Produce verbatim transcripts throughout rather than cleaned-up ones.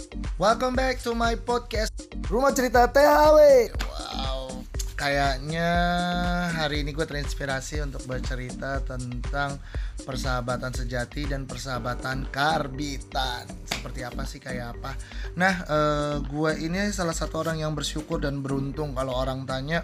Welcome back to my podcast Rumah Cerita T H W. Wow, kayaknya hari ini gue terinspirasi untuk bercerita tentang persahabatan sejati dan persahabatan karbitan. Seperti apa sih, kayak apa? Nah, uh, gue ini salah satu orang yang bersyukur dan beruntung. Kalau orang tanya,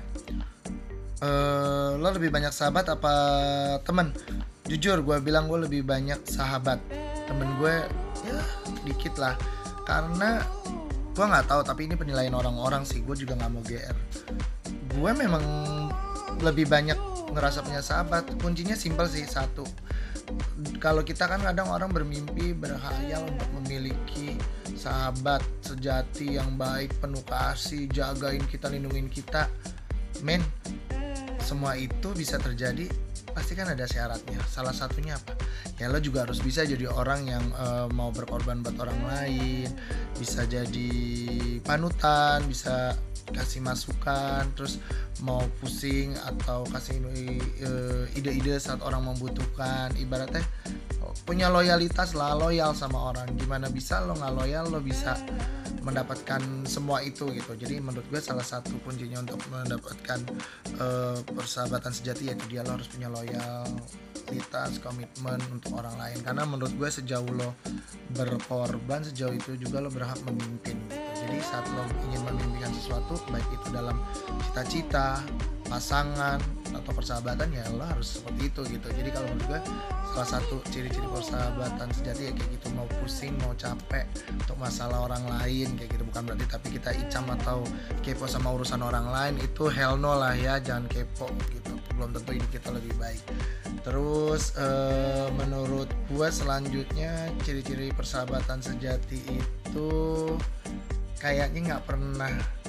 uh, lo lebih banyak sahabat apa teman? Jujur, gue bilang gue lebih banyak sahabat. Temen gue ya dikit lah, karena gue nggak tahu, tapi ini penilaian orang-orang sih. Gue juga nggak mau G R. Gue memang lebih banyak ngerasa punya sahabat. Kuncinya simpel sih, satu. Kalau kita kan kadang orang bermimpi, berhayal untuk memiliki sahabat sejati yang baik, penuh kasih, jagain kita, lindungin kita. Men, semua itu bisa terjadi, pasti kan ada syaratnya. Salah satunya apa? Ya lo juga harus bisa jadi orang yang uh, mau berkorban buat orang lain, bisa jadi panutan, bisa kasih masukan, terus mau pusing atau kasih uh, ide-ide saat orang membutuhkan. Ibaratnya punya loyalitas lah, loyal sama orang. Gimana bisa lo nggak loyal, lo bisa mendapatkan semua itu gitu. Jadi menurut gue salah satu kuncinya untuk mendapatkan uh, persahabatan sejati yaitu dia lo harus punya loyalitas, komitmen untuk orang lain. Karena menurut gue sejauh lo berkorban, sejauh itu juga lo berhak memimpin gitu. Jadi saat lo ingin memimpikan sesuatu, baik itu dalam cita-cita, pasangan atau persahabatan, ya lo harus seperti itu gitu. Jadi kalau menurut gue salah satu ciri-ciri persahabatan sejati ya kayak gitu. Mau pusing, mau capek untuk masalah orang lain kayak gitu, bukan berarti tapi kita icam atau kepo sama urusan orang lain. Itu hell no lah ya, jangan kepo gitu. Belum tentu hidup kita lebih baik. Terus eh, menurut gue selanjutnya ciri-ciri persahabatan sejati itu kayaknya nggak pernah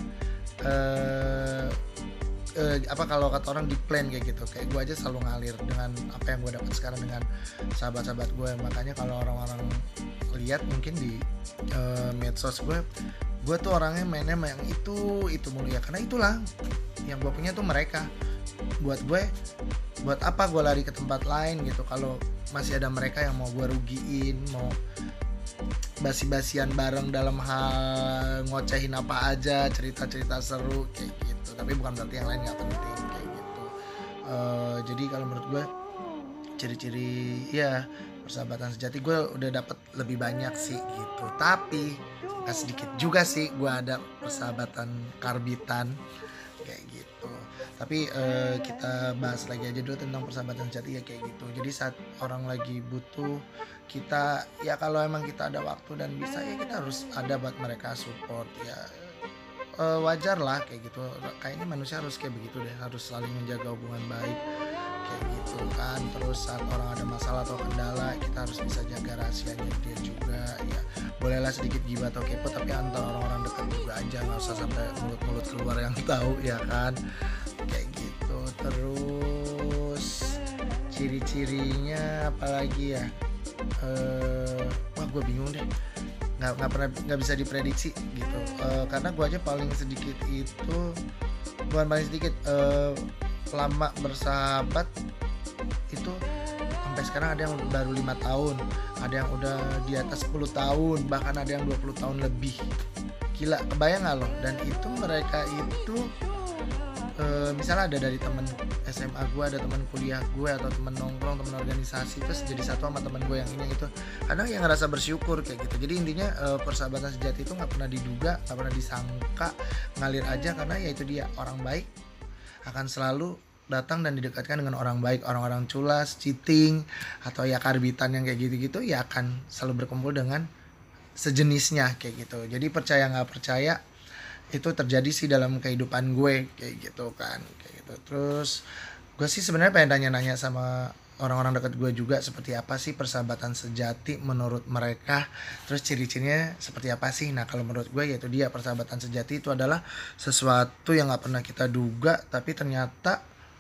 eh, Uh, apa kalau kata orang di plan kayak gitu. Kayak gue aja selalu ngalir dengan apa yang gue dapat sekarang dengan sahabat-sahabat gue. Makanya kalau orang-orang lihat mungkin di uh, medsos gue, gue tuh orangnya mainnya yang itu itu mulu ya, karena itulah yang gue punya tuh mereka. Buat gue, buat apa gue lari ke tempat lain gitu kalau masih ada mereka yang mau gue rugiin, mau basi-basian bareng dalam hal ngocehin apa aja, cerita-cerita seru kayak gitu. Tapi bukan berarti yang lain nggak penting kayak gitu. Uh, jadi kalau menurut gue ciri-ciri ya persahabatan sejati gue udah dapet lebih banyak sih gitu. Tapi nggak sedikit juga sih gue ada persahabatan karbitan kayak gitu. Tapi uh, kita bahas lagi aja dulu tentang persahabatan sejati ya kayak gitu. Jadi saat orang lagi butuh kita, ya kalau emang kita ada waktu dan bisa, ya kita harus ada buat mereka, support ya. Uh, wajar lah kayak gitu. Kayaknya manusia harus kayak begitu deh, harus saling menjaga hubungan baik kayak gitu kan. Terus saat orang ada masalah atau kendala, kita harus bisa jaga rahasianya dia juga ya. Bolehlah sedikit gibah atau kepo, tapi antar orang-orang dekat juga aja, nggak usah sampai mulut-mulut keluar yang tahu ya kan kayak gitu. Terus ciri-cirinya apalagi ya, uh, wah gue bingung deh, nggak nggak pernah nggak bisa diprediksi gitu. Uh, karena gue aja paling sedikit itu, bukan paling sedikit, uh, lama bersahabat itu sampai sekarang ada yang baru lima tahun, ada yang udah di atas sepuluh tahun, bahkan ada yang dua puluh tahun lebih. Gila, kebayang gak lo? Dan itu mereka itu uh, misalnya ada dari temen S M A gue, ada teman kuliah gue, atau teman nongkrong, teman organisasi, terus jadi satu sama teman gue yang ini itu. Kadang yang ngerasa bersyukur kayak gitu. Jadi intinya uh, persahabatan sejati itu nggak pernah diduga, nggak pernah disangka, ngalir aja. Karena ya itu dia, orang baik akan selalu datang dan didekatkan dengan orang baik. Orang-orang culas, cheating, atau ya karbitan yang kayak gitu-gitu ya akan selalu berkumpul dengan sejenisnya kayak gitu. Jadi percaya nggak percaya itu terjadi sih dalam kehidupan gue kayak gitu kan kayak gitu. Terus gue sih sebenarnya pengen tanya-nanya sama orang-orang dekat gue juga, seperti apa sih persahabatan sejati menurut mereka, terus ciri-cirinya seperti apa sih. Nah kalau menurut gue yaitu dia, persahabatan sejati itu adalah sesuatu yang nggak pernah kita duga tapi ternyata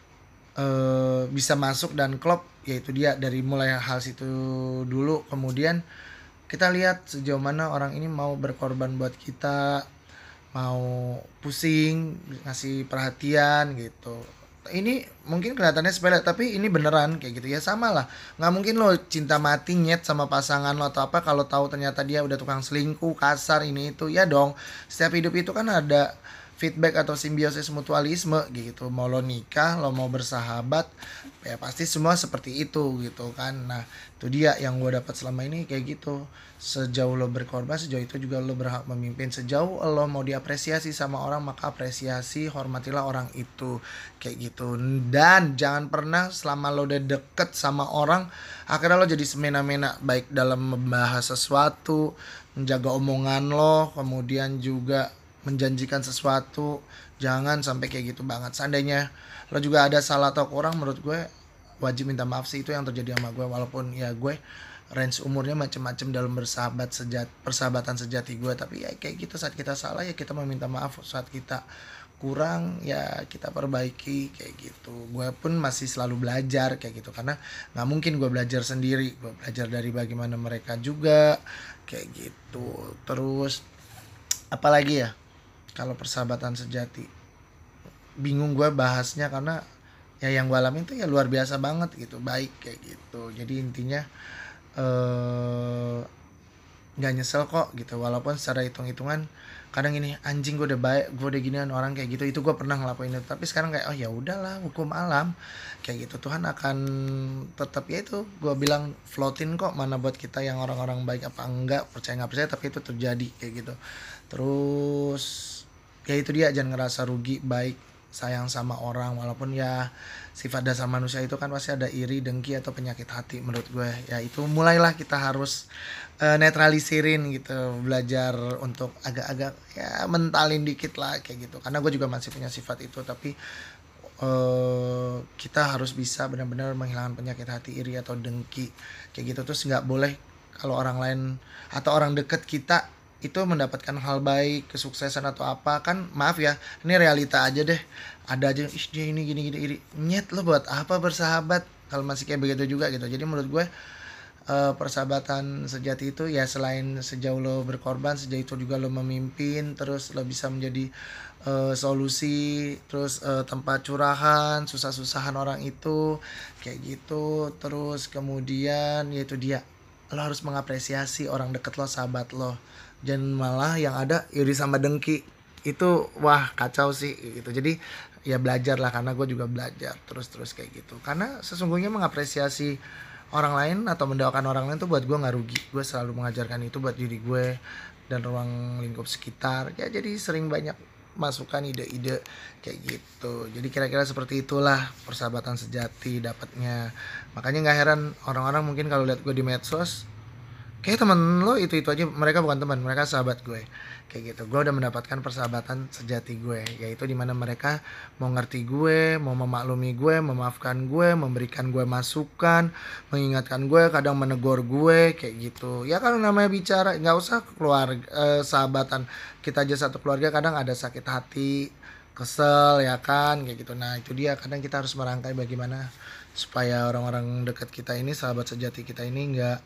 uh, bisa masuk dan klop. Yaitu dia dari mulai hal situ dulu, kemudian kita lihat sejauh mana orang ini mau berkorban buat kita, mau pusing, ngasih perhatian gitu. ini mungkin kelihatannya sepele tapi ini beneran kayak gitu ya, sama lah. Nggak mungkin lo cinta mati nyet sama pasangan lo atau apa kalau tahu ternyata dia udah tukang selingkuh, kasar, ini itu ya dong. Setiap hidup itu kan ada feedback atau simbiosis mutualisme gitu. Mau lo nikah, lo mau bersahabat, ya pasti semua seperti itu gitu kan. Nah itu dia yang gue dapat selama ini kayak gitu. Sejauh lo berkorban, sejauh itu juga lo berhak memimpin. Sejauh lo mau diapresiasi sama orang, maka apresiasi, hormatilah orang itu kayak gitu. Dan jangan pernah selama lo udah deket sama orang akhirnya lo jadi semena-mena, baik dalam membahas sesuatu, menjaga omongan lo, kemudian juga menjanjikan sesuatu. Jangan sampai kayak gitu banget. Seandainya lo juga ada salah atau kurang, menurut gue wajib minta maaf sih. Itu yang terjadi sama gue, walaupun ya gue range umurnya macam-macam dalam bersahabat sejati, persahabatan sejati gue. Tapi ya kayak gitu, saat kita salah ya kita meminta maaf, saat kita kurang ya kita perbaiki kayak gitu. Gue pun masih selalu belajar kayak gitu, karena nggak mungkin gue belajar sendiri. Gue belajar dari bagaimana mereka juga kayak gitu. Terus apalagi ya kalau persahabatan sejati, bingung gue bahasnya karena ya yang gue alami itu ya luar biasa banget gitu, baik kayak gitu. Jadi intinya eh nggak nyesel kok gitu, walaupun secara hitung-hitungan kadang ini anjing gue udah baik, gue udah ginian orang kayak gitu. Itu gue pernah ngelakuin itu, tapi sekarang kayak oh ya udahlah, hukum alam kayak gitu. Tuhan akan tetap, ya itu gue bilang, floatin kok, mana buat kita yang orang-orang baik apa enggak, percaya nggak percaya, tapi itu terjadi kayak gitu. Terus ya itu dia, jangan ngerasa rugi, baik sayang sama orang, walaupun ya sifat dasar manusia itu kan pasti ada iri, dengki atau penyakit hati. Menurut gue ya itu mulailah kita harus uh, netralisirin gitu, belajar untuk agak-agak ya mentalin dikit lah kayak gitu, karena gue juga masih punya sifat itu. Tapi uh, kita harus bisa benar-benar menghilangkan penyakit hati, iri atau dengki kayak gitu. Terus nggak boleh kalau orang lain atau orang deket kita itu mendapatkan hal baik, kesuksesan atau apa, kan maaf ya, ini realita aja deh, ada aja ih dia ini gini gini iri, nyet lo buat apa bersahabat kalau masih kayak begitu juga gitu. Jadi menurut gue uh, persahabatan sejati itu ya selain sejauh lo berkorban, sejauh itu juga lo memimpin, terus lo bisa menjadi uh, solusi, terus uh, tempat curahan susah-susahan orang itu kayak gitu. Terus kemudian yaitu dia, lo harus mengapresiasi orang deket lo, sahabat lo. Jangan malah yang ada iri sama dengki, itu wah kacau sih gitu. Jadi ya belajar lah, karena gue juga belajar terus-terus kayak gitu. Karena sesungguhnya mengapresiasi orang lain atau mendoakan orang lain tuh buat gue nggak rugi. Gue selalu mengajarkan itu buat diri gue dan ruang lingkup sekitar ya. Jadi sering banyak masukan, ide-ide kayak gitu. Jadi kira-kira seperti itulah persahabatan sejati dapatnya. Makanya nggak heran orang-orang mungkin kalau lihat gue di medsos, kayak temen lo itu-itu aja, mereka bukan teman, mereka sahabat gue kayak gitu. Gue udah mendapatkan persahabatan sejati gue, yaitu dimana mereka mau ngerti gue, mau memaklumi gue, memaafkan gue, memberikan gue masukan, mengingatkan gue, kadang menegur gue kayak gitu. Ya kalau namanya bicara, nggak usah keluarga, eh, sahabatan kita aja satu keluarga kadang ada sakit hati, kesel ya kan kayak gitu. Nah itu dia, kadang kita harus merangkai bagaimana supaya orang-orang dekat kita ini, sahabat sejati kita ini nggak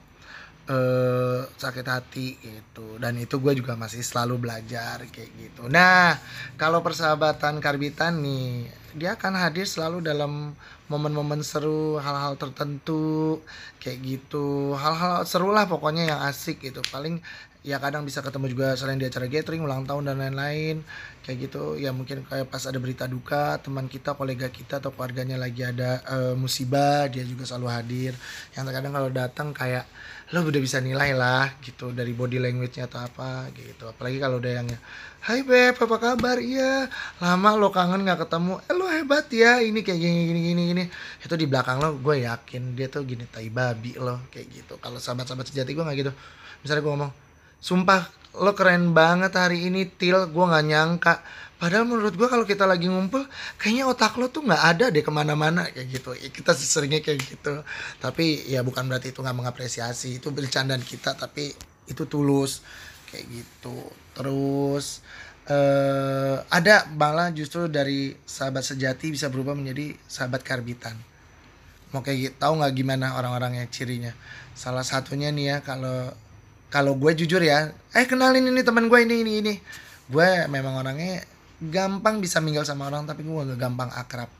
eh sakit hati gitu. Dan itu gue juga masih selalu belajar kayak gitu. Nah kalau persahabatan karbitan nih, dia akan hadir selalu dalam momen-momen seru, hal-hal tertentu kayak gitu, hal-hal seru lah pokoknya yang asik gitu. Paling ya kadang bisa ketemu juga selain di acara gathering, ulang tahun dan lain-lain kayak gitu. Ya mungkin kayak pas ada berita duka, teman kita, kolega kita atau keluarganya lagi ada uh, musibah, dia juga selalu hadir. Yang terkadang kalau datang kayak lo udah bisa nilai lah gitu dari body language-nya atau apa gitu. Apalagi kalau udah yang hai beb, apa kabar? Iya, lama lo kangen gak ketemu. Eh lo hebat ya, ini kayak gini gini gini gini. Itu di belakang lo gue yakin dia tuh gini, tai babi lo kayak gitu. Kalau sahabat-sahabat sejati gue gak gitu. Misalnya gue ngomong, sumpah lo keren banget hari ini Til, gue gak nyangka. Padahal menurut gue kalau kita lagi ngumpul, kayaknya otak lo tuh gak ada deh kemana-mana kayak gitu. Kita seringnya kayak gitu. Tapi ya bukan berarti itu gak mengapresiasi. Itu bercandaan kita, tapi itu tulus kayak gitu. Terus uh, ada malah justru dari sahabat sejati bisa berubah menjadi sahabat karbitan. Mau kayak gitu, tahu gak gimana orang-orangnya cirinya? Salah satunya nih ya, kalau kalau gue jujur ya, eh kenalin ini teman gue ini ini ini. Gue memang orangnya gampang bisa mingle sama orang, tapi gue gak gampang akrab.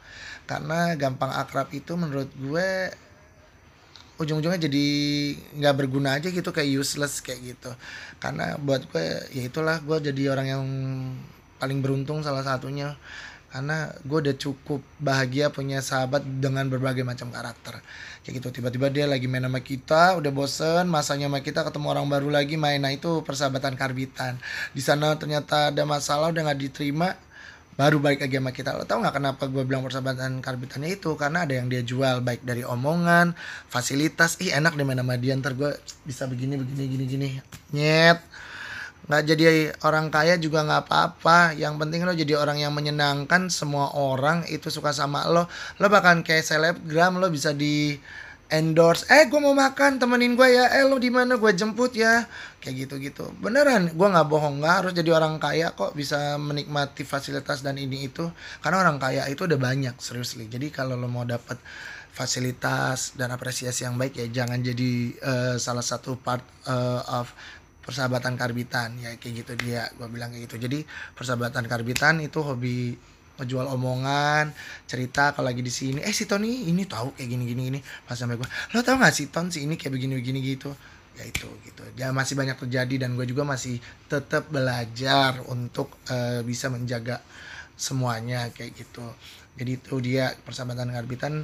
karena gampang akrab itu menurut gue ujung-ujungnya jadi nggak berguna aja gitu, kayak useless kayak gitu. Karena buat gue ya itulah, gue jadi orang yang paling beruntung salah satunya, karena gue udah cukup bahagia punya sahabat dengan berbagai macam karakter kayak gitu. Tiba-tiba dia lagi main sama kita, udah bosen masanya sama kita, ketemu orang baru lagi main, nah itu persahabatan karbitan. Di sana ternyata ada masalah, udah nggak diterima, baru balik lagi sama kita. Lo tau nggak kenapa gue bilang persahabatan karbitannya itu? Karena ada yang dia jual, baik dari omongan, fasilitas. Ih enak deh main sama dia, ntar gue bisa begini begini gini gini. Nyet, nggak jadi orang kaya juga nggak apa-apa. Yang penting lo jadi orang yang menyenangkan, semua orang itu suka sama lo. Lo bahkan kayak selebgram, lo bisa di endorse, eh gue mau makan temenin gue ya, eh lo di mana gue jemput ya, kayak gitu gitu. Beneran gue nggak bohong, nggak harus jadi orang kaya kok bisa menikmati fasilitas dan ini itu, karena orang kaya itu udah banyak, seriously. Jadi kalau lo mau dapet fasilitas dan apresiasi yang baik ya jangan jadi uh, salah satu part uh, of persahabatan karbitan ya, kayak gitu dia, gue bilang kayak gitu. Jadi persahabatan karbitan itu hobi ngejual omongan, cerita kalau lagi di sini, eh si Tony ini tahu kayak gini gini gini, pas sampai gue, lo tau nggak si Ton si ini kayak begini begini gitu, ya itu gitu. Ya masih banyak terjadi dan gue juga masih tetap belajar untuk uh, bisa menjaga semuanya kayak gitu. Jadi itu dia persahabatan karbitan.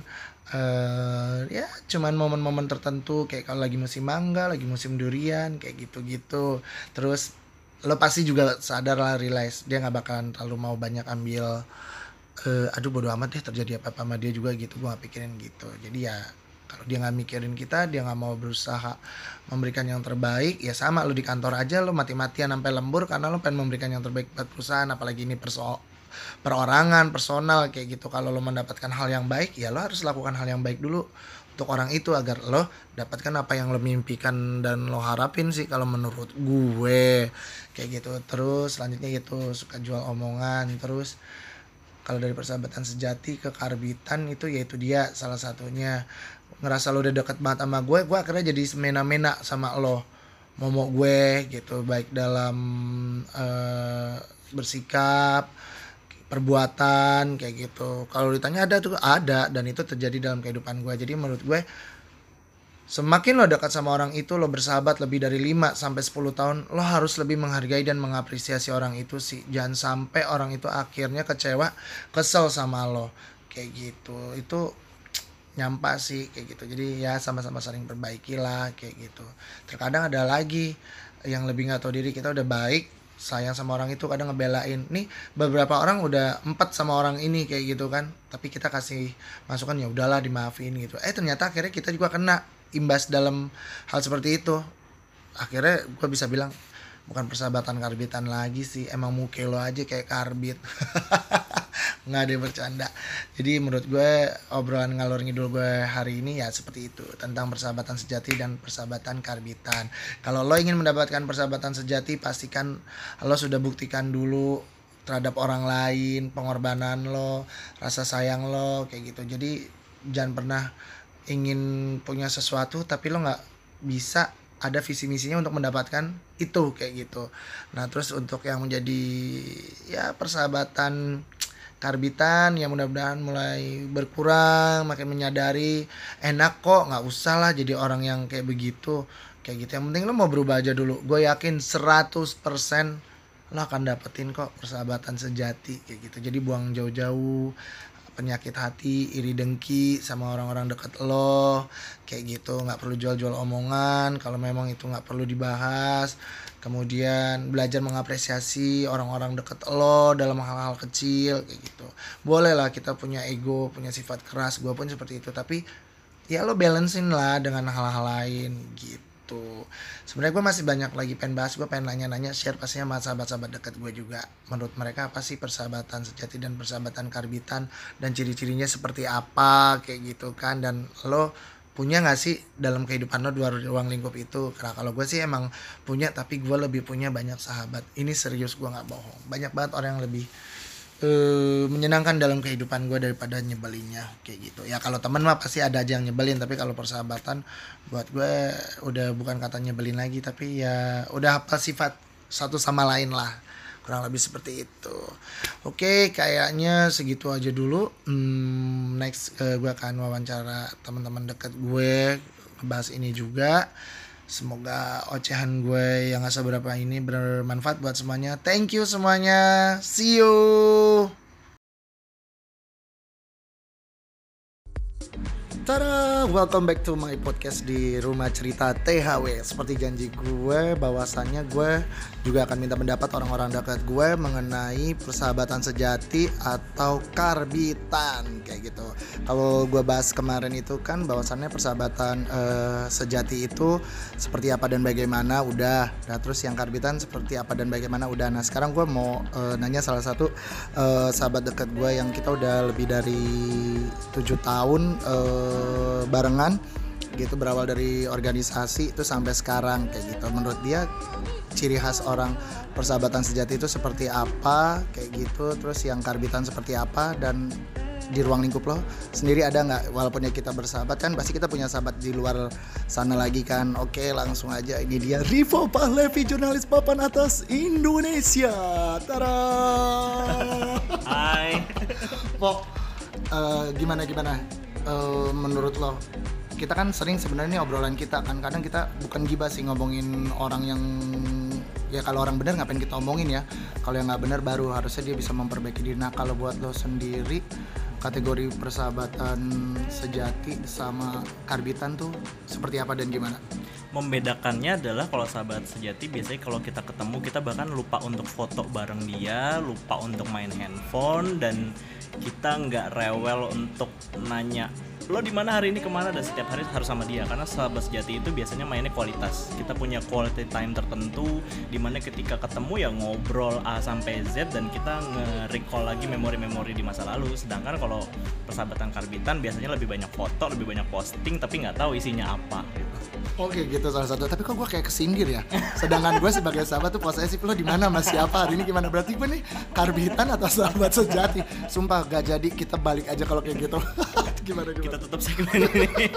Uh, ya cuman momen-momen tertentu kayak kalau lagi musim mangga, lagi musim durian kayak gitu-gitu. Terus lo pasti juga sadar lah, realize dia nggak bakalan terlalu mau banyak ambil uh, aduh bodo amat deh terjadi apa-apa sama dia juga gitu, gue gak pikirin gitu. Jadi ya kalau dia nggak mikirin kita, dia nggak mau berusaha memberikan yang terbaik, ya sama lo di kantor aja lo mati-matian sampai lembur karena lo pengen memberikan yang terbaik buat perusahaan, apalagi ini perso perorangan personal kayak gitu. Kalau lo mendapatkan hal yang baik ya lo harus lakukan hal yang baik dulu untuk orang itu agar lo dapatkan apa yang lo mimpikan dan lo harapin sih kalau menurut gue kayak gitu. Terus selanjutnya gitu, suka jual omongan. Terus kalau dari persahabatan sejati ke karbitan itu yaitu dia salah satunya, ngerasa lo udah deket banget sama gue, gue akhirnya jadi semena-mena sama lo, momok gue gitu, baik dalam uh, bersikap, perbuatan kayak gitu. Kalau ditanya ada tuh ada, dan itu terjadi dalam kehidupan gue. Jadi menurut gue semakin lo dekat sama orang itu, lo bersahabat lebih dari lima sampai sepuluh tahun, lo harus lebih menghargai dan mengapresiasi orang itu sih. Jangan sampai orang itu akhirnya kecewa, kesel sama lo kayak gitu. Itu nyampah sih kayak gitu. Jadi ya sama-sama saling perbaiki lah kayak gitu. Terkadang ada lagi yang lebih nggak tahu diri, kita udah baik sayang sama orang itu, kadang ngebelain nih, beberapa orang udah empat sama orang ini kayak gitu kan, tapi kita kasih masukan ya udahlah dimaafin gitu. Eh ternyata akhirnya kita juga kena imbas dalam hal seperti itu. Akhirnya gue bisa bilang bukan persahabatan karbitan lagi sih, emang muke lo aja kayak karbit. Nggak ada bercanda. Jadi menurut gue obrolan ngalor ngidul gue hari ini ya seperti itu, tentang persahabatan sejati dan persahabatan karbitan. Kalau lo ingin mendapatkan persahabatan sejati, pastikan lo sudah buktikan dulu terhadap orang lain, pengorbanan lo, rasa sayang lo kayak gitu. Jadi jangan pernah ingin punya sesuatu tapi lo nggak bisa ada visi misinya untuk mendapatkan itu kayak gitu. Nah terus untuk yang menjadi ya persahabatan karbitan yang mudah-mudahan mulai berkurang, makin menyadari enak kok, nggak usah lah jadi orang yang kayak begitu kayak gitu. Yang penting lo mau berubah aja dulu. Gue yakin seratus persen lo akan dapetin kok persahabatan sejati kayak gitu. Jadi buang jauh-jauh penyakit hati, iri dengki sama orang-orang deket lo kayak gitu. Nggak perlu jual-jual omongan kalau memang itu nggak perlu dibahas. Kemudian belajar mengapresiasi orang-orang deket lo dalam hal-hal kecil kayak gitu. Boleh lah kita punya ego, punya sifat keras, gue pun seperti itu, tapi ya lo balancein lah dengan hal-hal lain gitu. Sebenarnya gue masih banyak lagi pengen bahas, gue pengen nanya-nanya, share pastinya sama sahabat-sahabat dekat gue juga. Menurut mereka apa sih persahabatan sejati dan persahabatan karbitan, dan ciri-cirinya seperti apa kayak gitu kan. Dan lo punya gak sih dalam kehidupan lo dua ruang lingkup itu? Karena kalau gue sih emang punya, tapi gue lebih punya banyak sahabat. Ini serius, gue gak bohong. Banyak banget orang yang lebih uh, menyenangkan dalam kehidupan gue daripada nyebelinnya kayak gitu. Ya kalau temen mah pasti ada aja yang nyebelin, tapi kalau persahabatan buat gue udah bukan kata nyebelin lagi, tapi ya udah apa sifat satu sama lain lah. kurang lebih seperti itu. Oke, kayaknya segitu aja dulu. Hmm, next uh, gue akan wawancara teman-teman dekat gue ngebahas ini juga. Semoga ocehan gue yang gak seberapa ini bermanfaat buat semuanya. Thank you semuanya. See you. Tada, welcome back to my podcast di Rumah Cerita T H W. Seperti janji gue, bahwasannya gue juga akan minta pendapat orang-orang dekat gue mengenai persahabatan sejati atau karbitan kayak gitu. Kalau gue bahas kemarin itu kan bahwasannya persahabatan uh, sejati itu seperti apa dan bagaimana udah. Nah terus yang karbitan seperti apa dan bagaimana udah. Nah sekarang gue mau uh, nanya salah satu uh, sahabat dekat gue yang kita udah lebih dari tujuh tahun uh, barengan gitu, berawal dari organisasi itu sampai sekarang kayak gitu. Menurut dia ciri khas orang persahabatan sejati itu seperti apa kayak gitu, terus yang karbitan seperti apa, dan di ruang lingkup lo sendiri ada nggak, walaupun ya kita bersahabat kan pasti kita punya sahabat di luar sana lagi kan. Oke langsung aja, ini dia Rivo Pahlevi, jurnalis papan atas Indonesia. Tara. Hai Pok, uh, gimana gimana uh, menurut lo, kita kan sering sebenarnya obrolan kita kan kadang kita bukan gibah sih ngomongin orang yang ya kalau orang benar ngapain kita omongin ya, kalau yang nggak benar baru harusnya dia bisa memperbaiki diri. Nah kalau buat lo sendiri kategori persahabatan sejati sama karbitan tuh seperti apa dan gimana? Membedakannya adalah kalau sahabat sejati biasanya kalau kita ketemu kita bahkan lupa untuk foto bareng dia, lupa untuk main handphone, dan kita nggak rewel untuk nanya lo di mana hari ini, kemana, dan setiap hari harus sama dia. Karena sahabat sejati itu biasanya mainnya kualitas. Kita punya quality time tertentu di mana ketika ketemu ya ngobrol A sampai Z dan kita nge-recall lagi memori-memori di masa lalu. Sedangkan kalau persahabatan karbitan biasanya lebih banyak foto, lebih banyak posting tapi nggak tahu isinya apa gitu. Oke gitu salah satu. Tapi kok gue kayak kesindir ya. Sedangkan gue sebagai sahabat tuh posesif, lo di mana mas siapa hari ini gimana? Berarti gue nih karbitan atau sahabat sejati? Sumpah gak jadi, kita balik aja kalau kayak gitu. Gimana gimana? Kita tutup segmen ini.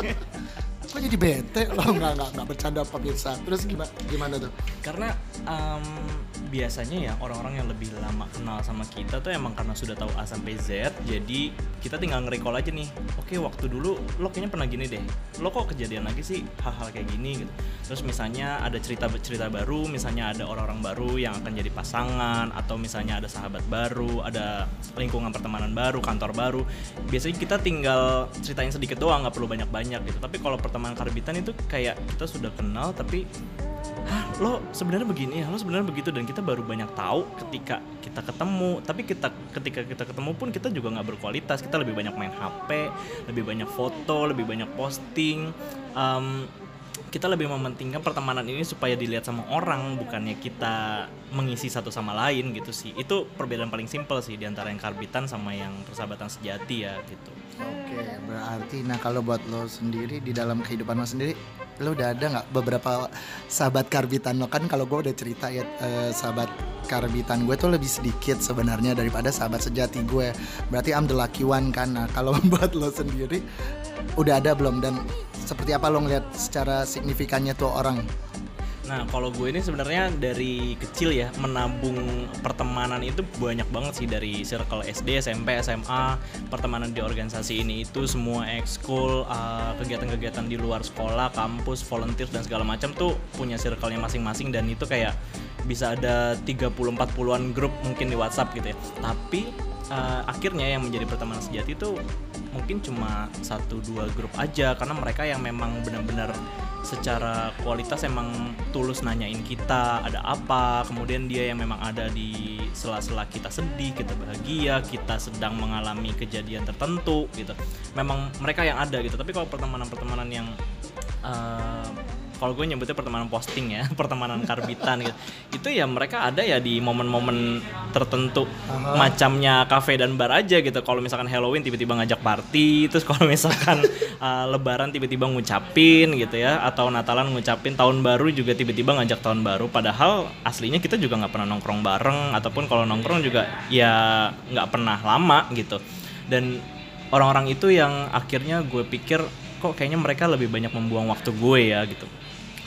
Kok jadi bete? Lo nggak nggak nggak bercanda pemirsa. Terus gimana gimana tuh? Karena um, biasanya ya orang-orang yang lebih lama kenal sama kita tuh emang karena sudah tahu A sampai Z, jadi kita tinggal nge-recall aja nih. Oke, waktu dulu lo kayaknya pernah gini deh. Lo kok kejadian lagi sih hal-hal kayak gini gitu. Terus misalnya ada cerita-cerita baru, misalnya ada orang-orang baru yang akan jadi pasangan, atau misalnya ada sahabat baru, ada lingkungan pertemanan baru, kantor baru. Biasanya kita tinggal ceritain sedikit doang, nggak perlu banyak-banyak gitu. Tapi kalau pertemanan karbitan itu kayak kita sudah kenal tapi hah, lo sebenarnya begini ya, lo sebenarnya begitu, dan kita baru banyak tahu ketika kita ketemu. Tapi kita ketika kita ketemu pun kita juga nggak berkualitas, kita lebih banyak main H P, lebih banyak foto, lebih banyak posting. Um, kita lebih mementingkan pertemanan ini supaya dilihat sama orang, bukannya kita mengisi satu sama lain gitu sih. Itu perbedaan paling simpel sih di antara yang karbitan sama yang persahabatan sejati ya gitu. Oke, berarti nah kalau buat lo sendiri di dalam kehidupan lo sendiri, lo udah ada nggak beberapa sahabat karbitan lo? Kan kalau gue udah cerita ya, eh, sahabat karbitan gue tuh lebih sedikit sebenarnya daripada sahabat sejati gue. Berarti I'm the lucky one kan. Nah kalau buat lo sendiri udah ada belum, dan seperti apa lo ngeliat secara signifikannya tuh orang? Nah kalau gue ini sebenarnya dari kecil ya menabung pertemanan itu banyak banget sih, dari circle S D, S M P, S M A, pertemanan di organisasi ini itu semua ekskul, uh, kegiatan-kegiatan di luar sekolah, kampus, volunteer dan segala macam tuh punya circle-nya masing-masing, dan itu kayak bisa ada tiga puluh empat puluhan grup mungkin di WhatsApp gitu ya. Tapi uh, akhirnya yang menjadi pertemanan sejati itu mungkin cuma satu dua grup aja, karena mereka yang memang benar-benar secara kualitas emang tulus nanyain kita ada apa, kemudian dia yang memang ada di sela-sela kita sedih, kita bahagia, kita sedang mengalami kejadian tertentu gitu. Memang mereka yang ada gitu. Tapi kalau pertemanan-pertemanan yang uh, kalau gue nyebutnya pertemanan posting ya, pertemanan karbitan gitu, itu ya mereka ada ya di momen-momen tertentu. Aha. Macamnya kafe dan bar aja gitu. Kalau misalkan Halloween tiba-tiba ngajak party, terus kalau misalkan uh, Lebaran tiba-tiba ngucapin gitu ya, atau Natalan ngucapin, tahun baru juga tiba-tiba ngajak tahun baru. Padahal aslinya kita juga nggak pernah nongkrong bareng, ataupun kalau nongkrong juga ya nggak pernah lama gitu. Dan orang-orang itu yang akhirnya gue pikir kok kayaknya mereka lebih banyak membuang waktu gue ya gitu.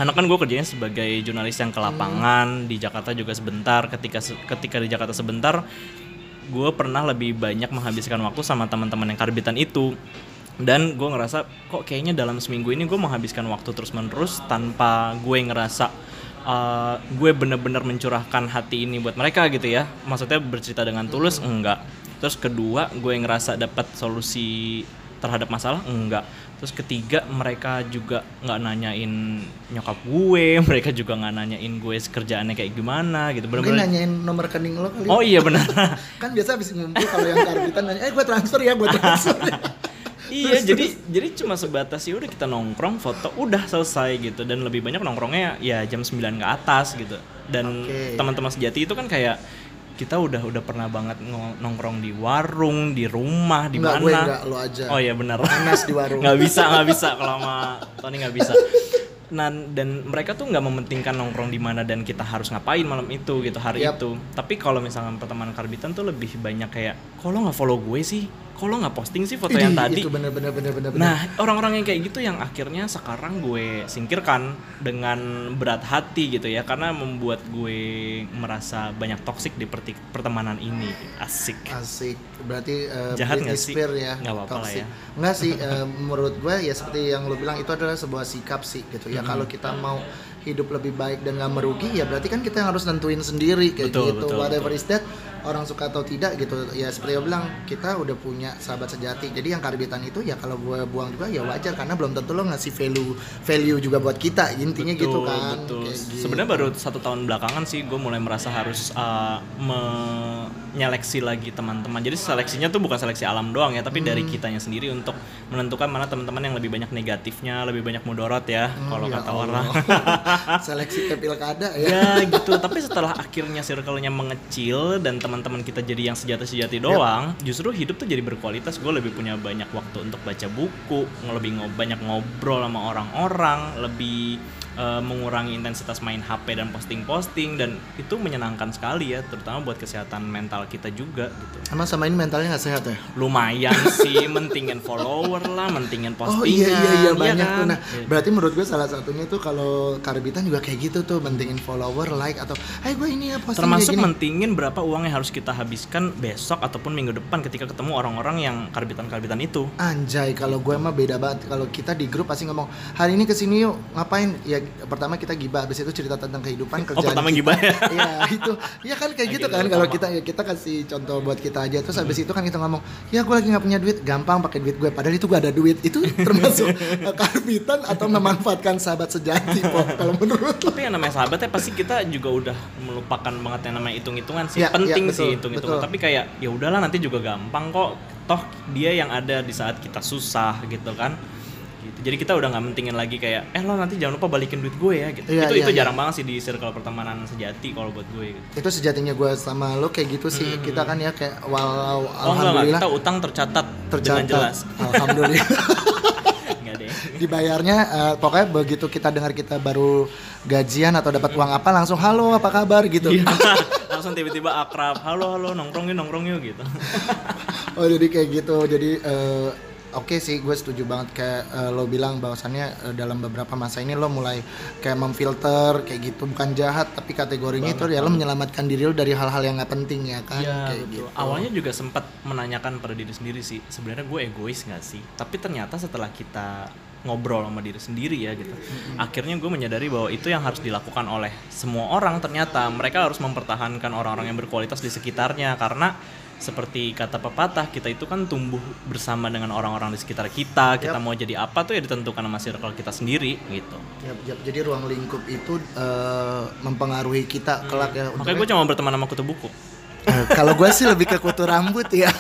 Karena kan gue kerjanya sebagai jurnalis yang ke lapangan, hmm. di Jakarta juga sebentar. Ketika ketika di Jakarta sebentar, gue pernah lebih banyak menghabiskan waktu sama teman-teman yang karbitan itu. Dan gue ngerasa kok kayaknya dalam seminggu ini gue menghabiskan waktu terus-menerus tanpa gue ngerasa uh, gue bener-bener mencurahkan hati ini buat mereka gitu ya. Maksudnya bercerita dengan tulus, enggak. Terus kedua, gue ngerasa dapat solusi terhadap masalah, enggak. Terus ketiga, mereka juga nggak nanyain nyokap gue, mereka juga nggak nanyain gue kerjaannya kayak gimana gitu. Bener-bener. Mungkin nanyain nomor rekening lo kali. Oh iya benar. Kan biasa habis ngumpul kalau yang karbitan nanya, eh gue transfer ya, gue transfer. Iya, terus, jadi terus. jadi cuma sebatas ya udah kita nongkrong, foto, udah selesai gitu. Dan lebih banyak nongkrongnya ya jam sembilan ke atas gitu. Dan okay. teman-teman sejati itu kan kayak kita udah udah pernah banget nongkrong di warung, di rumah, di mana. Enggak, gue enggak, lo aja. Oh iya benar. Panas di warung. Nggak bisa, nggak bisa kalau sama Tony nggak bisa. Nah, dan mereka tuh nggak mementingkan nongkrong di mana dan kita harus ngapain malam itu gitu, hari yep. itu. Tapi kalau misalnya pertemanan karbitan tuh lebih banyak kayak, kok lo nggak follow gue sih? Kok lo nggak posting sih foto Idih, yang tadi? Itu bener-bener bener-bener. Nah, orang-orang yang kayak gitu yang akhirnya sekarang gue singkirkan dengan berat hati gitu ya, karena membuat gue merasa banyak toksik di perti- pertemanan ini. Asik. Asik. Berarti uh, jahat nggak sih? Ya, nggak apa-apa lah ya. Nggak sih, uh, menurut gue ya seperti yang lo bilang itu adalah sebuah sikap sih gitu ya. Hmm. Kalau kita mau hidup lebih baik dan nggak merugi ya berarti kan kita yang harus nentuin sendiri kayak betul, gitu. Betul, whatever betul. Is that, orang suka atau tidak gitu ya, seperti yang bilang kita udah punya sahabat sejati. Jadi yang karbitan itu ya kalau gue buang juga ya wajar, karena belum tentu lo ngasih value value juga buat kita, intinya betul, gitu kan. Betul. Gitu. Sebenarnya baru satu tahun belakangan sih gue mulai merasa harus uh, menyeleksi lagi teman-teman. Jadi seleksinya tuh bukan seleksi alam doang ya, tapi hmm. dari kitanya sendiri untuk menentukan mana teman-teman yang lebih banyak negatifnya, lebih banyak mudorot ya, hmm, kalau ya kata Allah. Orang. Seleksi ke pilkada ya. Ya gitu. Tapi setelah akhirnya circle-nya mengecil dan teman-teman kita jadi yang sejati-sejati doang, yep. justru hidup tuh jadi berkualitas. Gue lebih punya banyak waktu untuk baca buku, lebih ngob- banyak ngobrol sama orang-orang, lebih uh, mengurangi intensitas main H P dan posting-posting, dan itu menyenangkan sekali ya, terutama buat kesehatan mental kita juga gitu. Emang sama ini mentalnya nggak sehat ya? Lumayan sih, mentingin follower lah, mentingin postingan. Oh iya iya iya banyak ya kan? Tuh. Nah gitu. Berarti menurut gue salah satunya tuh kalau karbitan juga kayak gitu tuh, mentingin follower, like atau, hey gue ini ya posting. Termasuk mentingin berapa uang yang harus kita habiskan besok ataupun minggu depan ketika ketemu orang-orang yang karbitan-karbitan itu. Anjay, kalau gue mah beda banget. Kalau kita di grup pasti ngomong hari ini kesini yuk, ngapain? Ya pertama kita gibah, habis itu cerita tentang kehidupan kerjaan. Oh pertama kita. Gibah ya? Iya itu, ya kan kayak gitu kan. Kalau kita ya kita kasih contoh buat kita aja. Terus habis hmm. itu kan kita ngomong, ya gue lagi nggak punya duit, gampang pakai duit gue. Padahal itu gue ada duit. Itu termasuk karbitan atau memanfaatkan sahabat sejati kok kalau menurut. Tapi yang namanya sahabat ya pasti kita juga udah melupakan banget yang namanya hitung-hitungan sih. Ya, penting ya, betul, sih hitung-hitungan. Betul. Tapi kayak ya udahlah nanti juga gampang kok. Toh dia yang ada di saat kita susah gitu kan. Gitu. Jadi kita udah nggak mentingin lagi kayak eh lo nanti jangan lupa balikin duit gue ya gitu. Ya, itu ya, itu ya. Jarang banget sih di circle pertemanan sejati kalau buat gue gitu. Itu sejatinya gue sama lo kayak gitu sih. Hmm. Kita kan ya kayak walau oh, alhamdulillah enggak, kita utang tercatat, tercatat dengan jelas. Alhamdulillah. Enggak deh. Dibayarnya uh, pokoknya begitu kita dengar kita baru gajian atau dapat uang apa langsung halo apa kabar gitu. Iya. Langsung tiba-tiba akrab, halo halo nongkrong yuk nongkrong yuk gitu. Oh jadi kayak gitu. Jadi uh, oke okay sih, gue setuju banget kayak uh, lo bilang bahwasannya uh, dalam beberapa masa ini lo mulai kayak memfilter kayak gitu, bukan jahat tapi kategorinya banget, itu ya lo menyelamatkan diri lo dari hal-hal yang nggak penting ya kan. Ya, kayak gitu. Awalnya juga sempat menanyakan pada diri sendiri sih, sebenarnya gue egois nggak sih? Tapi ternyata setelah kita ngobrol sama diri sendiri ya gitu, mm-hmm. akhirnya gue menyadari bahwa itu yang harus dilakukan oleh semua orang. Ternyata mereka harus mempertahankan orang-orang yang berkualitas di sekitarnya, karena seperti kata pepatah, kita itu kan tumbuh bersama dengan orang-orang di sekitar kita. Kita yep. mau jadi apa tuh ya ditentukan sama circle kita sendiri gitu. Yep, yep. Jadi ruang lingkup itu uh, mempengaruhi kita hmm. kelak ya. Makanya gue cuma berteman sama kutu buku. Uh, kalau gue sih lebih ke kutu rambut ya.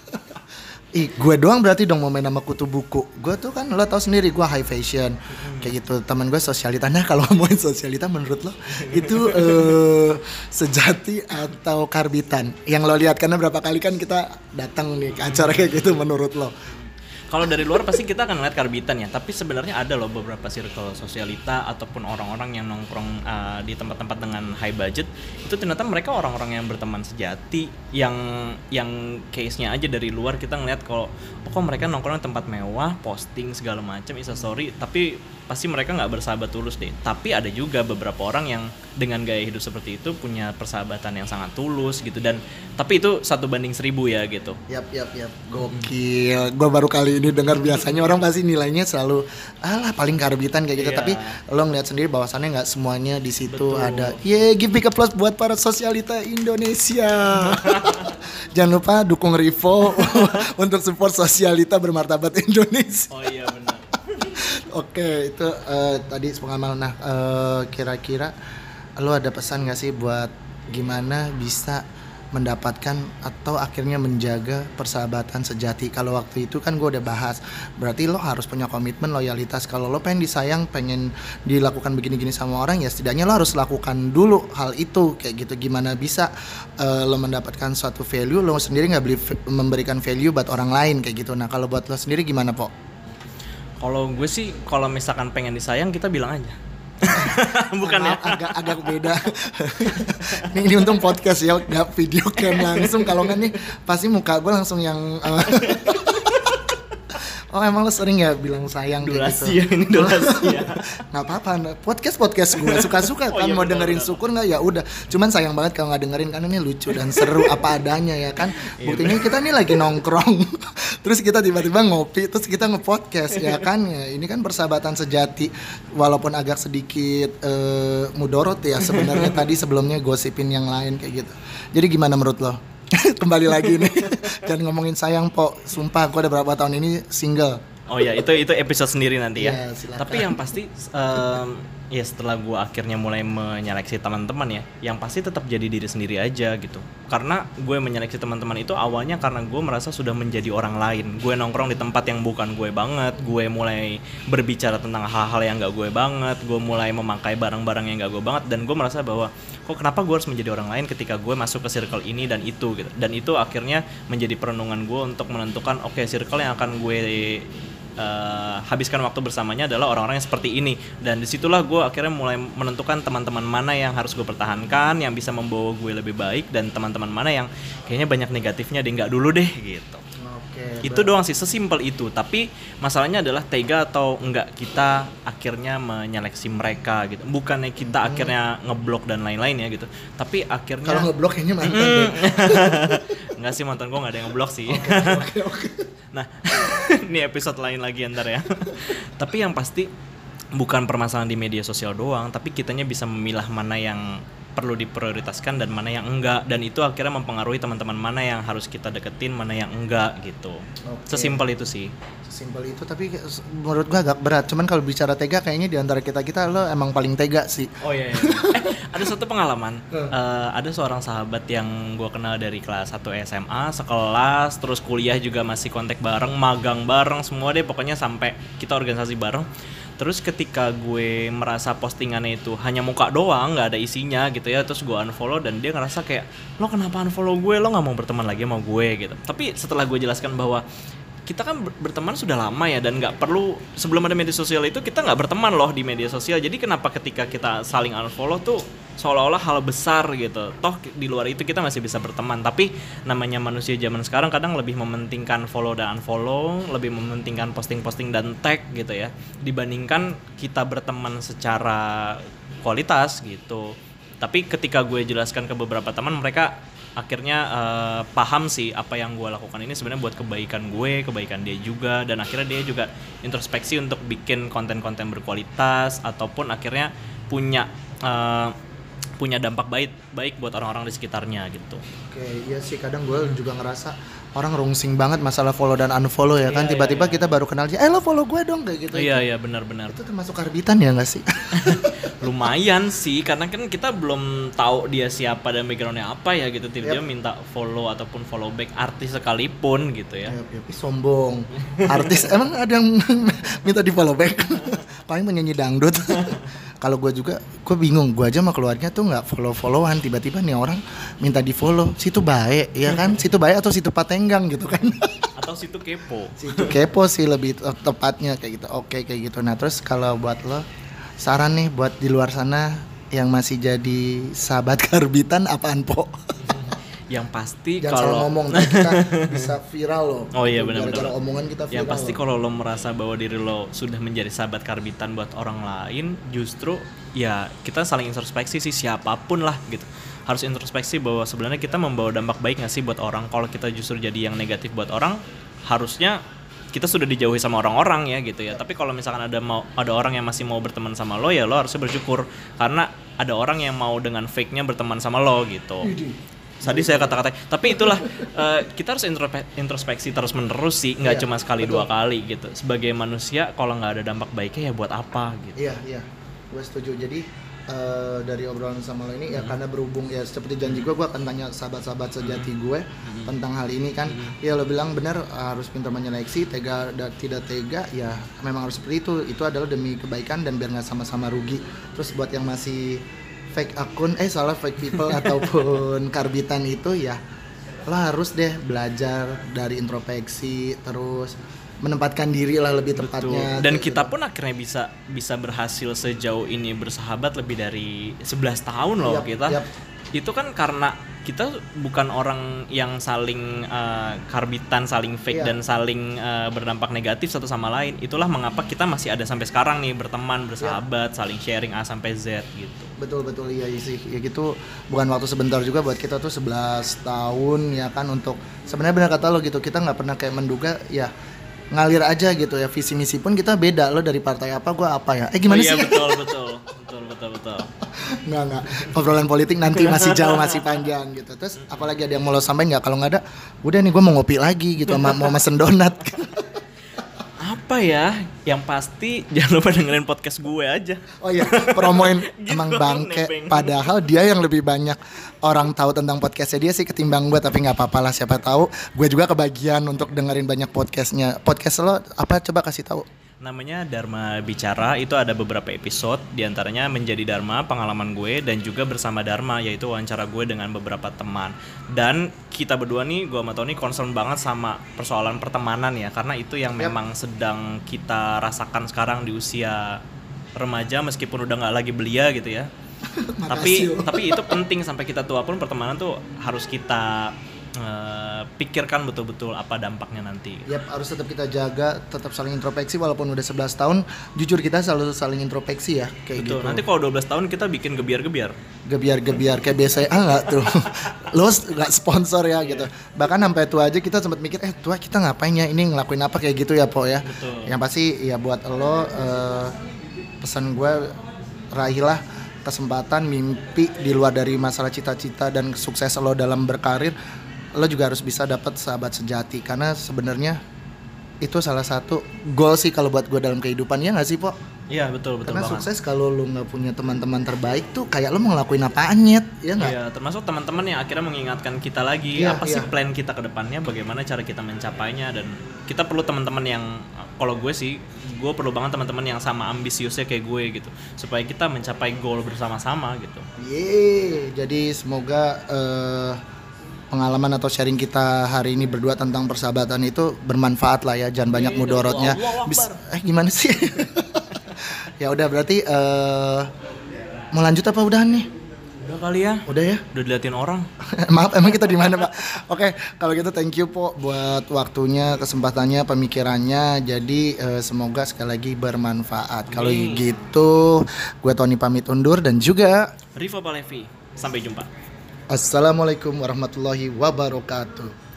Ih, gue doang berarti dong mau main sama kutu buku. Gue tuh kan lo tau sendiri gue high fashion hmm. kayak gitu. Teman gue sosialita. Nah kalau ngomongin sosialita menurut lo itu uh, sejati atau karbitan? Yang lo lihat, karena berapa kali kan kita datang nih ke acara kayak gitu, menurut lo? Kalau dari luar pasti kita akan ngeliat karbitan ya, tapi sebenarnya ada loh beberapa circle sosialita ataupun orang-orang yang nongkrong uh, di tempat-tempat dengan high budget. Itu ternyata mereka orang-orang yang berteman sejati, yang yang case-nya aja dari luar kita ngeliat kalau oh kok mereka nongkrong di tempat mewah, posting segala macam, instastory, tapi pasti mereka nggak bersahabat tulus deh. Tapi ada juga beberapa orang yang dengan gaya hidup seperti itu punya persahabatan yang sangat tulus gitu, dan tapi itu satu banding seribu ya gitu. Yap yap yap, gokil. Gue baru kali ini dengar, biasanya orang pasti nilainya selalu alah paling karbitan kayak gitu. Iya. Tapi lo ngeliat sendiri bahwasannya nggak semuanya di situ. Betul. Ada. Yeay, give big applause buat para sosialita Indonesia. Jangan lupa dukung Rivo untuk support sosialita bermartabat Indonesia. Oh iya benar. Oke, itu uh, tadi pengalaman. Nah, uh, kira-kira lo ada pesan gak sih buat gimana bisa mendapatkan atau akhirnya menjaga persahabatan sejati? Kalau waktu itu kan gue udah bahas, berarti lo harus punya komitmen, loyalitas. Kalau lo pengen disayang, pengen dilakukan begini-gini sama orang, ya setidaknya lo harus lakukan dulu hal itu kayak gitu. Gimana bisa uh, lo mendapatkan suatu value, lo sendiri nggak beli memberikan value buat orang lain kayak gitu. Nah, kalau buat lo sendiri gimana, Po? Kalau gue sih, kalau misalkan pengen disayang, kita bilang aja. Bukan ya? Agak agak beda. ini, ini untung podcast ya, nggak video cam langsung. Kalau nggak nih, pasti muka gue langsung yang. Uh, oh emang lo sering ya bilang sayang kayak gitu? Durasi ya, ini durasi ya. Nggak apa-apa, podcast podcast gue suka-suka kan. Oh, iya, mau benar, dengerin benar. syukur nggak ya udah. Cuman sayang banget kalau nggak dengerin, karena ini lucu dan seru apa adanya ya kan. Buktinya kita nih lagi nongkrong, terus kita tiba-tiba ngopi, terus kita nge-podcast ya kan. Ya, ini kan persahabatan sejati, walaupun agak sedikit uh, mudorot ya sebenarnya. Tadi sebelumnya gosipin yang lain kayak gitu. Jadi gimana menurut lo? Kembali lagi nih, jangan ngomongin sayang, Po. Sumpah gue udah berapa tahun ini single. Oh ya, itu itu episode sendiri nanti ya. Ya, silakan. Tapi yang pasti um, ya setelah gue akhirnya mulai menyeleksi teman-teman ya, yang pasti tetap jadi diri sendiri aja gitu. Karena gue menyeleksi teman-teman itu awalnya karena gue merasa sudah menjadi orang lain. Gue nongkrong di tempat yang bukan gue banget. Gue mulai berbicara tentang hal-hal yang gak gue banget. Gue mulai memakai barang-barang yang gak gue banget. Dan gue merasa bahwa kok kenapa gue harus menjadi orang lain ketika gue masuk ke circle ini dan itu gitu. Dan itu akhirnya menjadi perenungan gue untuk menentukan oke, okay, circle yang akan gue Uh, habiskan waktu bersamanya adalah orang-orang yang seperti ini. Dan disitulah gue akhirnya mulai menentukan teman-teman mana yang harus gue pertahankan, yang bisa membawa gue lebih baik, dan teman-teman mana yang kayaknya banyak negatifnya deh, nggak dulu deh gitu. Oke, Itu doang sih, sesimpel itu. Tapi masalahnya adalah tega atau enggak kita akhirnya menyeleksi mereka gitu. Bukannya kita hmm. akhirnya ngeblok dan lain-lain ya gitu. Tapi akhirnya kalau ngeblok kayaknya mantan mm, deh. Enggak sih, mantan gue nggak ada yang ngeblok sih. Oke oke oke. Nah, ini episode lain lagi ntar ya. Tapi yang pasti bukan permasalahan di media sosial doang, tapi kitanya bisa memilah mana yang perlu diprioritaskan dan mana yang enggak, dan itu akhirnya mempengaruhi teman-teman mana yang harus kita deketin, mana yang enggak gitu. Oke. Sesimpel itu sih. Sesimpel itu, tapi menurut gua agak berat. Cuman kalau bicara tega, kayaknya di antara kita-kita lo emang paling tega sih. Oh iya, iya. Eh, ada satu pengalaman. uh, Ada seorang sahabat yang gua kenal dari kelas satu S M A, sekelas, terus kuliah juga masih kontak bareng, magang bareng, semua deh pokoknya sampai kita organisasi bareng. Terus ketika gue merasa postingannya itu hanya muka doang, nggak ada isinya gitu ya, terus gue unfollow, dan dia ngerasa kayak, lo kenapa unfollow gue, lo nggak mau berteman lagi sama gue gitu. Tapi setelah gue jelaskan bahwa kita kan berteman sudah lama ya, dan nggak perlu, sebelum ada media sosial itu kita nggak berteman loh di media sosial. Jadi kenapa ketika kita saling unfollow tuh seolah-olah hal besar gitu. Toh di luar itu kita masih bisa berteman. Tapi namanya manusia zaman sekarang kadang lebih mementingkan follow dan unfollow, lebih mementingkan posting-posting dan tag gitu ya, dibandingkan kita berteman secara kualitas gitu. Tapi ketika gue jelaskan ke beberapa teman, mereka akhirnya uh, paham sih apa yang gue lakukan ini sebenarnya buat kebaikan gue, kebaikan dia juga, dan akhirnya dia juga introspeksi untuk bikin konten-konten berkualitas ataupun akhirnya punya uh, punya dampak baik baik buat orang-orang di sekitarnya gitu. Oke, iya sih, kadang gue juga ngerasa orang rungsing banget masalah follow dan unfollow ya kan. Iya, Tiba-tiba iya, kita baru kenal aja, eh lo follow gue dong kayak gitu. Iya iya benar-benar. Itu termasuk karbitan ya nggak sih? Lumayan sih, karena kan kita belum tahu dia siapa dan backgroundnya apa ya gitu. Tiba-tiba Yep. minta follow ataupun follow back artis sekalipun gitu ya. Ya, ya, sombong. Artis emang ada yang minta di follow back? Paling menyanyi dangdut. Kalau gue juga, gue bingung. Gue aja sama keluarga tuh nggak follow-followan. Tiba-tiba nih orang minta di follow. Situ baik, ya kan? Situ baik atau situ patenggang gitu kan? Atau situ kepo. Situ kepo sih lebih tepatnya kayak gitu. Oke kayak gitu. Nah terus kalau buat lo, saran nih buat di luar sana yang masih jadi sahabat karbitan apaan, Po? Yang pasti Jangan salah kalau ngomong, ntar kita bisa viral loh. Oh iya benar-benar. Gara-gara omongan kita viral. Yang pasti loh. kalau lo merasa bahwa diri lo sudah menjadi sahabat karbitan buat orang lain, justru ya kita saling introspeksi sih, siapapun lah gitu. Harus introspeksi bahwa sebenarnya kita membawa dampak baik nggak sih buat orang. Kalau kita justru jadi yang negatif buat orang, harusnya kita sudah dijauhi sama orang-orang ya gitu ya. Tapi kalau misalkan ada mau ada orang yang masih mau berteman sama lo, ya lo harusnya bersyukur karena ada orang yang mau dengan fake-nya berteman sama lo gitu. Tadi saya kata-kata, tapi itulah uh, kita harus introspeksi terus menerus sih, nggak iya, cuma sekali betul. dua kali gitu. Sebagai manusia kalau nggak ada dampak baiknya ya buat apa gitu. Iya iya, gue setuju. Jadi uh, dari obrolan sama lo ini ya hmm. karena berhubung ya seperti janji gue, gue akan tanya sahabat-sahabat sejati gue hmm. tentang hal ini kan. Hmm. Ya lo bilang benar, harus pintar menyeleksi, tega dan tidak tega ya memang harus seperti itu. Itu adalah demi kebaikan dan biar nggak sama-sama rugi. Terus buat yang masih fake akun, eh salah fake people ataupun karbitan itu ya lo harus deh belajar dari introspeksi, terus menempatkan diri lah lebih tepatnya. Betul. Dan kita pun akhirnya bisa bisa berhasil sejauh ini bersahabat lebih dari sebelas tahun loh. Yap, kita yap. Itu kan karena kita bukan orang yang saling uh, karbitan, saling fake yeah. dan saling uh, berdampak negatif satu sama lain. Itulah mengapa kita masih ada sampai sekarang nih, berteman, bersahabat, yeah. saling sharing A sampai Z gitu. Betul betul iya sih. Ya gitu, bukan waktu sebentar juga buat kita tuh sebelas tahun ya kan, untuk sebenarnya benar kata lo gitu, kita nggak pernah kayak menduga ya, ngalir aja gitu ya, visi misi pun kita beda, lo dari partai apa, gue apa ya, eh gimana oh, sih? Iya betul betul betul betul betul. Nggak nggak, obrolan politik nanti masih jauh, masih panjang gitu. Terus apalagi ada yang mau lo sampaikan nggak? Kalau nggak ada, udah nih gue mau ngopi lagi gitu, mau mesen donat. Apa ya? Yang pasti jangan lupa dengerin podcast gue aja. Oh iya, promoin gitu, emang bangke. Padahal dia yang lebih banyak orang tahu tentang podcastnya dia sih ketimbang gue, tapi nggak apa-apa lah, siapa tahu gue juga kebagian untuk dengerin banyak podcastnya. Podcast lo apa, coba kasih tahu. Namanya Dharma Bicara, itu ada beberapa episode, diantaranya Menjadi Dharma, pengalaman gue, dan juga Bersama Dharma, yaitu wawancara gue dengan beberapa teman. Dan kita berdua nih, gue sama Tony concern banget sama persoalan pertemanan ya, karena itu yang yep. memang sedang kita rasakan sekarang di usia remaja, meskipun udah gak lagi belia gitu ya. tapi tapi itu penting, sampai kita tua pun pertemanan tuh harus kita Uh, pikirkan betul-betul apa dampaknya nanti. Yap, harus tetap kita jaga, tetap saling introspeksi walaupun udah sebelas tahun. Jujur kita selalu saling introspeksi ya, kayak betul. Gitu. Nanti kalau dua belas tahun kita bikin gebiar-gebiar. Gebiar-gebiar kayak biasa. Ah enggak tuh. Lo enggak sponsor ya gitu. Bahkan sampai tua aja kita sempat mikir, eh tua kita ngapain ya, ini ngelakuin apa kayak gitu ya, Po ya. Betul. Yang pasti ya buat lo, uh, pesan gue, raihlah kesempatan, mimpi di luar dari masalah cita-cita dan sukses lo dalam berkarir. Lo juga harus bisa dapat sahabat sejati, karena sebenarnya itu salah satu goal sih kalau buat gue dalam kehidupan, ya nggak sih, Po? Iya betul betul. Karena banget. Sukses kalau lo nggak punya teman-teman terbaik tuh kayak lo mau ngelakuin apaan, nyet, ya nggak? Iya, termasuk teman-teman yang akhirnya mengingatkan kita lagi ya, apa ya. sih plan kita ke depannya, bagaimana cara kita mencapainya, dan kita perlu teman-teman yang, kalau gue sih, gue perlu banget teman-teman yang sama ambisiusnya kayak gue gitu, supaya kita mencapai goal bersama-sama gitu. Yeay, jadi semoga uh, pengalaman atau sharing kita hari ini berdua tentang persahabatan itu bermanfaat lah ya, jangan banyak Yeay, mudorotnya. Bis- eh gimana sih? Ya udah berarti uh, mau lanjut apa udahan nih? Udah kali ya. Udah ya? Udah diliatin orang. Maaf, emang kita di mana, Pak? Oke, kalau gitu thank you, Po, buat waktunya, kesempatannya, pemikirannya. Jadi uh, semoga sekali lagi bermanfaat. Kalau gitu, gue Tony pamit undur dan juga Riva Palevi. Sampai jumpa. Assalamualaikum warahmatullahi wabarakatuh.